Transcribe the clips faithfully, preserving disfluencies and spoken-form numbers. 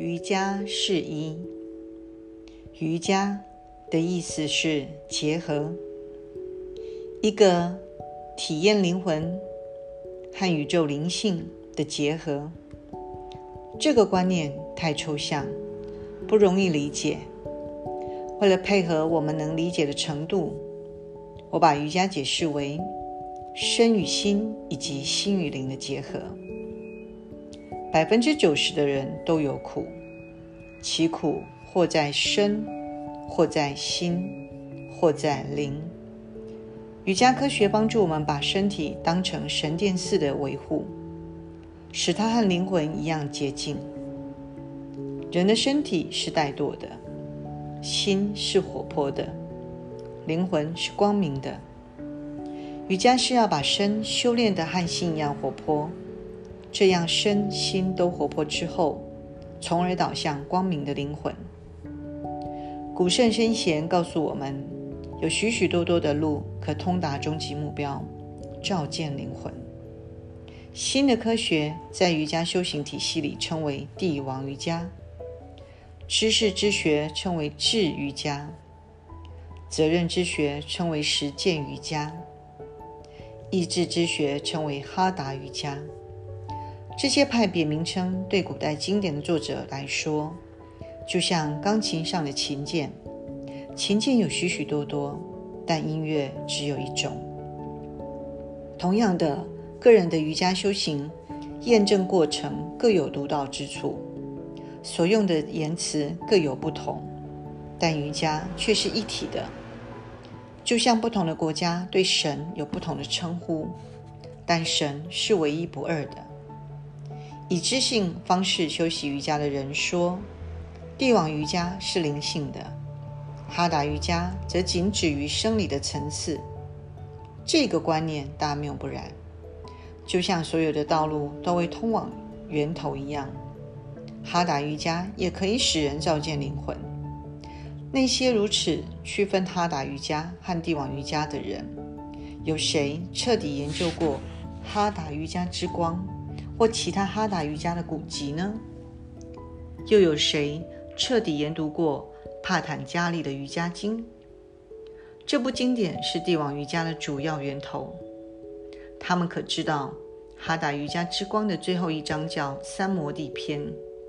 瑜伽释一。瑜伽的意思是结合，一个体验灵魂和宇宙灵性的结合。这个观念太抽象，不容易理解。为了配合我们能理解的程度，我把瑜伽解释为身与心以及心与灵的结合。百分之九十的人都有苦，其苦或在身，或在心，或在灵。瑜伽科学帮助我们把身体当成神殿似的维护，使它和灵魂一样洁净。人的身体是怠惰的，心是活泼的，灵魂是光明的。瑜伽是要把身修炼得和心一样活泼，这样身心都活泼之后，从而导向光明的灵魂。古圣先贤告诉我们，有许许多多的路可通达终极目标，照见灵魂。新的科学在瑜伽修行体系里称为帝王瑜伽，知识之学称为智瑜伽，责任之学称为实践瑜伽，意志之学称为哈达瑜伽。这些派别名称对古代经典的作者来说，就像钢琴上的琴键，琴键有许许多多，但音乐只有一种。同样的，个人的瑜伽修行验证过程各有独到之处，所用的言辞各有不同，但瑜伽却是一体的。就像不同的国家对神有不同的称呼，但神是唯一不二的。以知性方式修习瑜伽的人说，帝王瑜伽是灵性的，哈达瑜伽则仅止于生理的层次。这个观念大谬不然，就像所有的道路都会通往源头一样，哈达瑜伽也可以使人照见灵魂。那些如此区分哈达瑜伽和帝王瑜伽的人，有谁彻底研究过哈达瑜伽之光或其他哈达瑜伽的古籍呢？又有谁彻底研读过帕坦加利的瑜伽经？这部经典是帝王瑜伽的主要源头。他们可知道，哈达瑜伽之光的最后一章叫三摩地篇，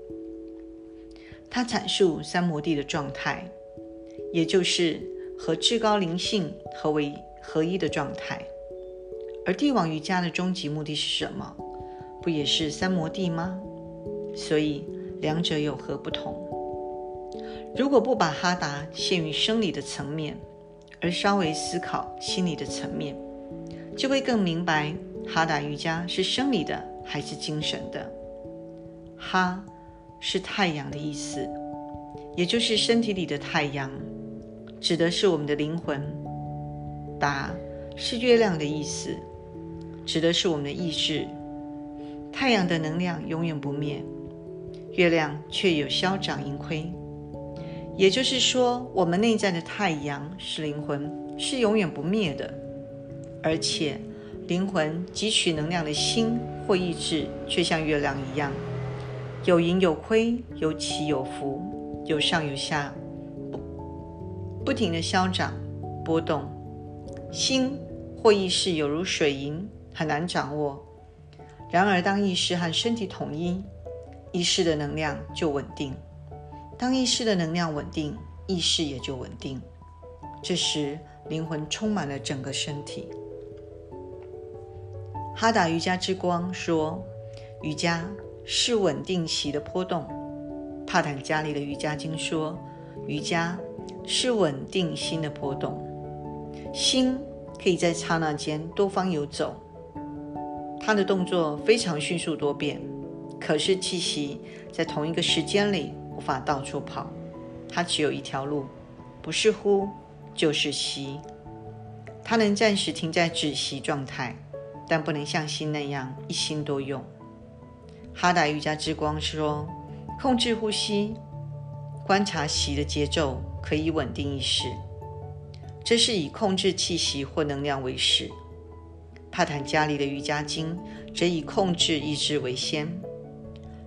它阐述三摩地的状态，也就是和至高灵性合为合一的状态。而帝王瑜伽的终极目的是什么？不也是三摩地吗？所以两者有何不同？如果不把哈达限于生理的层面，而稍微思考心理的层面，就会更明白哈达瑜伽是生理的还是精神的。哈是太阳的意思，也就是身体里的太阳，指的是我们的灵魂。达是月亮的意思，指的是我们的意志。太阳的能量永远不灭，月亮却有消长盈亏。也就是说，我们内在的太阳是灵魂，是永远不灭的，而且灵魂汲取能量的心或意志却像月亮一样，有盈有亏，有起有伏，有上有下，不不停地消长波动。心或意识有如水银，很难掌握。然而当意识和身体统一，意识的能量就稳定。当意识的能量稳定，意识也就稳定。这时灵魂充满了整个身体。哈达瑜伽之光说，瑜伽是稳定息的波动。帕坦加利的瑜伽经说，瑜伽是稳定心的波动。心可以在刹那间多方游走，它的动作非常迅速多变，可是气息在同一个时间里无法到处跑，它只有一条路，不是呼就是吸。它能暂时停在止息状态，但不能像心那样一心多用。哈达瑜伽之光说，控制呼吸，观察息的节奏，可以稳定意识。这是以控制气息或能量为始。帕坦加利的瑜伽经则以控制意志为先。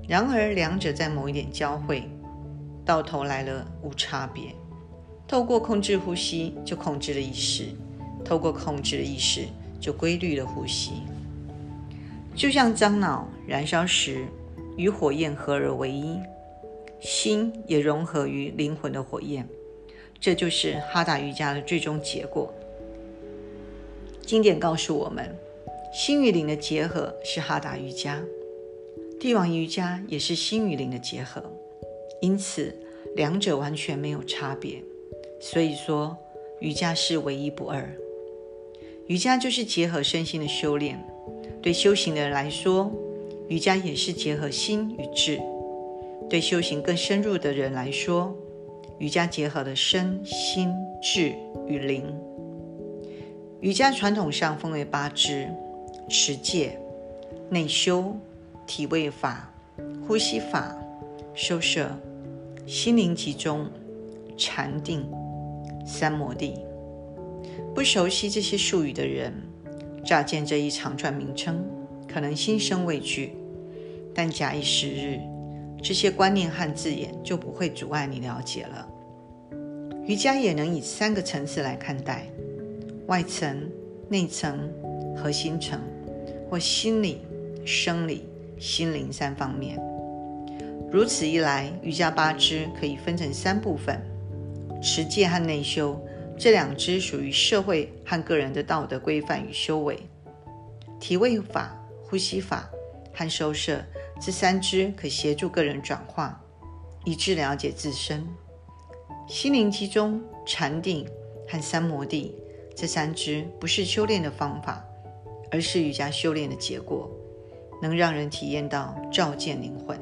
然而两者在某一点交汇，到头来了无差别。透过控制呼吸就控制了意识，透过控制了意识就规律了呼吸。就像樟脑燃烧时与火焰合而为一，心也融合于灵魂的火焰，这就是哈达瑜伽的最终结果。经典告诉我们，心与灵的结合是哈达瑜伽，帝王瑜伽也是心与灵的结合，因此两者完全没有差别。所以说瑜伽是唯一不二。瑜伽就是结合身心的修炼，对修行的人来说，瑜伽也是结合心与智；对修行更深入的人来说，瑜伽结合了身心智与灵。瑜伽传统上分为八支：持戒、内修、体位法、呼吸法、收摄、心灵集中、禅定、三摩地。不熟悉这些术语的人，乍见这一长串名称，可能心生畏惧，但假以时日，这些观念和字眼就不会阻碍你了解了。瑜伽也能以三个层次来看待：外层、内层、核心层，或心理、生理、心灵三方面。如此一来，瑜伽八支可以分成三部分：持戒和内修，这两支属于社会和个人的道德规范与修为；体位法、呼吸法和收摄，这三支可协助个人转化，以致了解自身；心灵集中、禅定和三摩地，这三支不是修炼的方法，而是瑜伽修炼的结果，能让人体验到照见灵魂。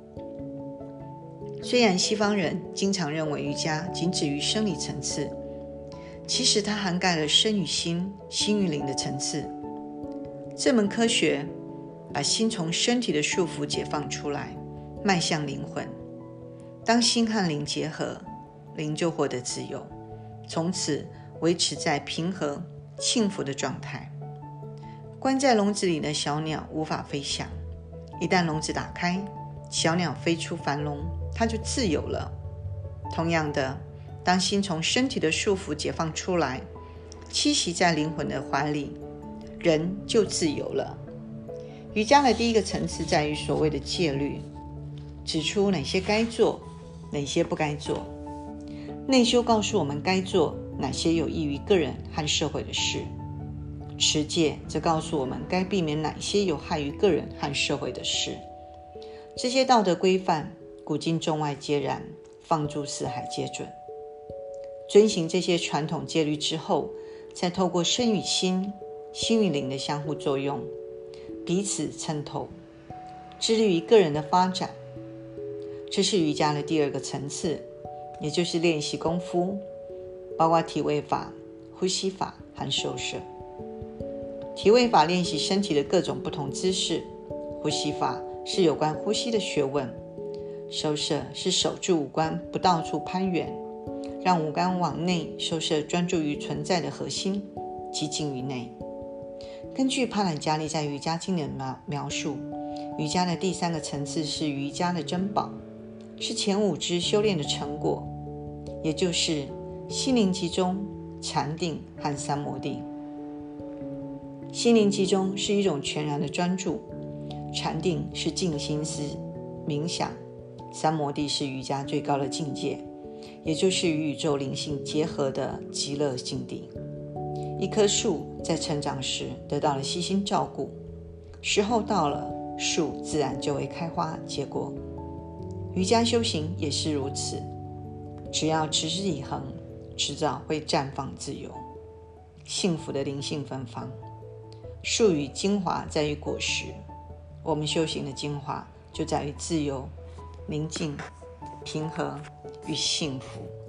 虽然西方人经常认为瑜伽仅止于生理层次，其实它涵盖了身与心、心与灵的层次。这门科学把心从身体的束缚解放出来，迈向灵魂。当心和灵结合，灵就获得自由，从此维持在平和、幸福的状态。关在笼子里的小鸟无法飞翔，一旦笼子打开，小鸟飞出樊笼，它就自由了。同样的，当心从身体的束缚解放出来，栖息在灵魂的怀里，人就自由了。瑜伽的第一个层次在于所谓的戒律，指出哪些该做，哪些不该做。内修告诉我们该做哪些有益于个人和社会的事，持戒则告诉我们该避免哪些有害于个人和社会的事。这些道德规范，古今中外皆然，放诸四海皆准。遵行这些传统戒律之后，再透过身与心、心与灵的相互作用，彼此衬透，致力于个人的发展。这是瑜伽的第二个层次，也就是练习功夫，包括体位法、呼吸法和收摄。体位法练习身体的各种不同姿势，呼吸法是有关呼吸的学问，收摄是守住五官不到处攀援，让五官往内收摄，专注于存在的核心，寂静于内。根据帕坦加利在瑜伽经典的描述，瑜伽的第三个层次是瑜伽的珍宝，是前五支修炼的成果，也就是心灵集中、禅定和三摩地。心灵集中是一种全然的专注，禅定是静心思冥想，三摩地是瑜伽最高的境界，也就是与宇宙灵性结合的极乐境地。一棵树在成长时得到了悉心照顾，时候到了，树自然就会开花结果。瑜伽修行也是如此，只要持之以恒，迟早会绽放自由，幸福的灵性芬芳。树与精华在于果实，我们修行的精华就在于自由、宁静、平和与幸福。